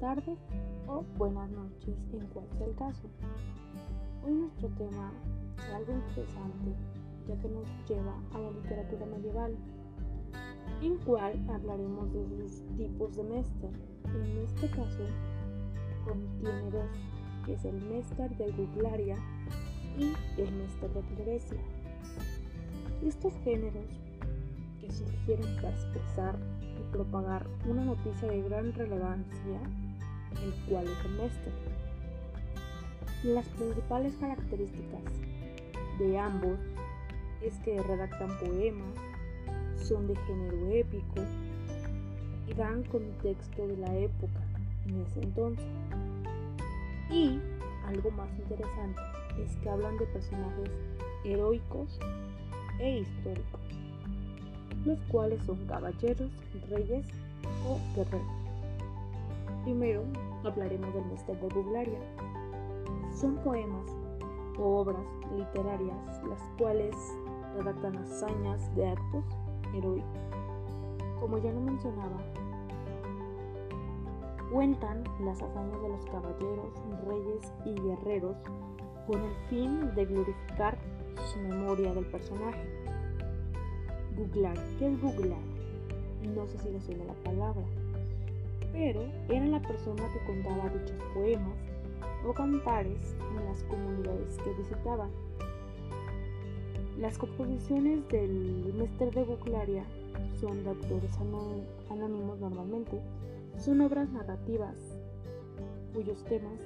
tardes o buenas noches en cual sea el caso. Hoy nuestro tema es algo interesante, ya que nos lleva a la literatura medieval, en cual hablaremos de sus tipos de Mester. En este caso contiene dos, que es el Mester de Juglaria y el Mester de Clerecia. Estos géneros que surgieron para expresar y propagar una noticia de gran relevancia, el cual es el Mester. Las principales características de ambos es que redactan poemas, son de género épico y dan contexto de la época en ese entonces. Y algo más interesante es que hablan de personajes heroicos e históricos, los cuales son caballeros, reyes o guerreros. Primero hablaremos del Mester de Juglaria. Son poemas o obras literarias las cuales redactan hazañas de actos heroicos. Como ya lo mencionaba, cuentan las hazañas de los caballeros, reyes y guerreros con el fin de glorificar su memoria del personaje. Juglar, ¿qué es juglar? No sé si les suena la palabra, pero era la persona que contaba dichos poemas o cantares en las comunidades que visitaban. Las composiciones del Mester de Juglaria son de autores anónimos normalmente. Son obras narrativas cuyos temas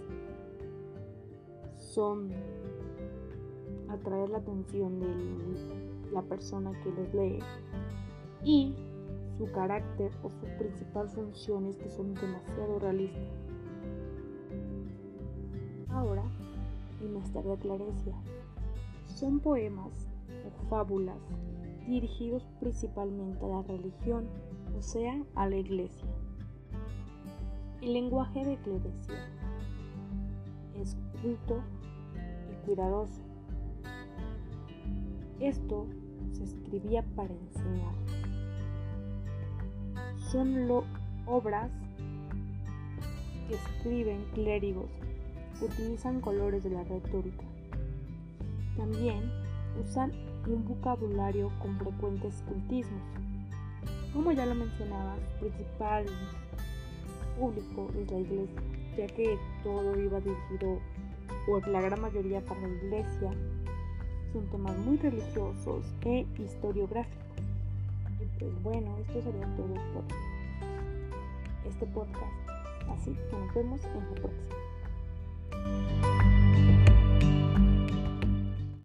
son atraer la atención de la persona que los lee y su carácter o su principal función es que son demasiado realistas. Ahora, el Mester de Clerecia son poemas o fábulas dirigidos principalmente a la religión, o sea, a la iglesia. El lenguaje de Clerecia es culto y cuidadoso. Esto se escribía para enseñar. Son obras que escriben clérigos que utilizan colores de la retórica. También usan un vocabulario con frecuentes cultismos. Como ya lo mencionaba, su principal público es la iglesia, ya que todo iba dirigido, o la gran mayoría, para la iglesia. Son temas muy religiosos e historiográficos. Y pues bueno, esto sería todo por este podcast. Así que nos vemos en la próxima.